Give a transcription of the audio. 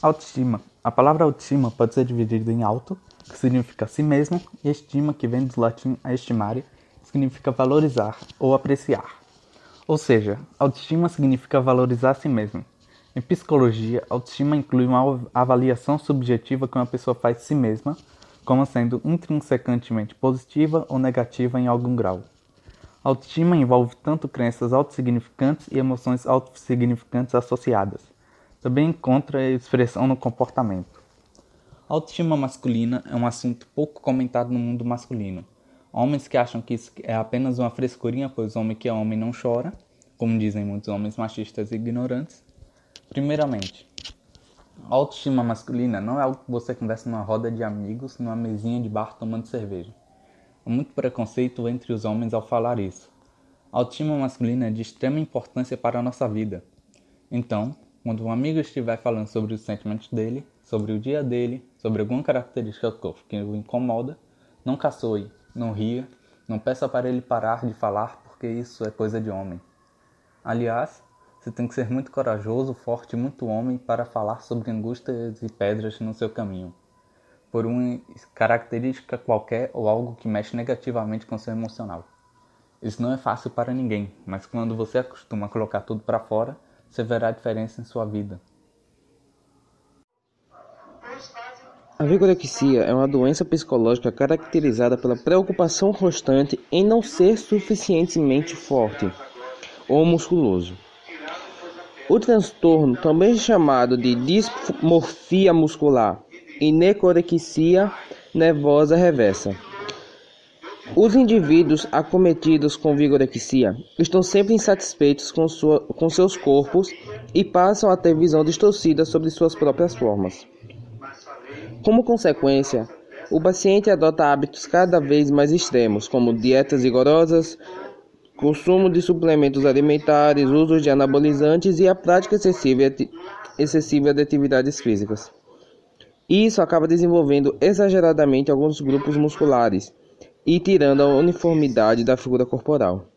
Autoestima. A palavra autoestima pode ser dividida em auto, que significa si mesmo, e estima, que vem do latim estimare, que significa valorizar ou apreciar. Ou seja, autoestima significa valorizar a si mesmo. Em psicologia, autoestima inclui uma avaliação subjetiva que uma pessoa faz de si mesma, como sendo intrinsecantemente positiva ou negativa em algum grau. Autoestima envolve tanto crenças autossignificantes e emoções autossignificantes associadas. Também encontra expressão no comportamento. A autoestima masculina é um assunto pouco comentado no mundo masculino. Homens que acham que isso é apenas uma frescurinha, pois homem que é homem não chora, como dizem muitos homens machistas e ignorantes. Primeiramente, a autoestima masculina não é algo que você conversa numa roda de amigos, numa mesinha de bar tomando cerveja. Há muito preconceito entre os homens ao falar isso. A autoestima masculina é de extrema importância para a nossa vida. Então, quando um amigo estiver falando sobre os sentimentos dele, sobre o dia dele, sobre alguma característica do corpo que o incomoda, não caçoe, não ria, não peça para ele parar de falar porque isso é coisa de homem. Aliás, você tem que ser muito corajoso, forte e muito homem para falar sobre angústias e pedras no seu caminho, por uma característica qualquer ou algo que mexe negativamente com seu emocional. Isso não é fácil para ninguém, mas quando você acostuma a colocar tudo para fora, você verá a diferença em sua vida. A vigorexia é uma doença psicológica caracterizada pela preocupação constante em não ser suficientemente forte ou musculoso. O transtorno, também chamado de dismorfia muscular e necorexia nervosa reversa. Os indivíduos acometidos com vigorexia estão sempre insatisfeitos com seus corpos e passam a ter visão distorcida sobre suas próprias formas. Como consequência, o paciente adota hábitos cada vez mais extremos, como dietas rigorosas, consumo de suplementos alimentares, uso de anabolizantes e a prática excessiva de atividades físicas. Isso acaba desenvolvendo exageradamente alguns grupos musculares e tirando a uniformidade da figura corporal.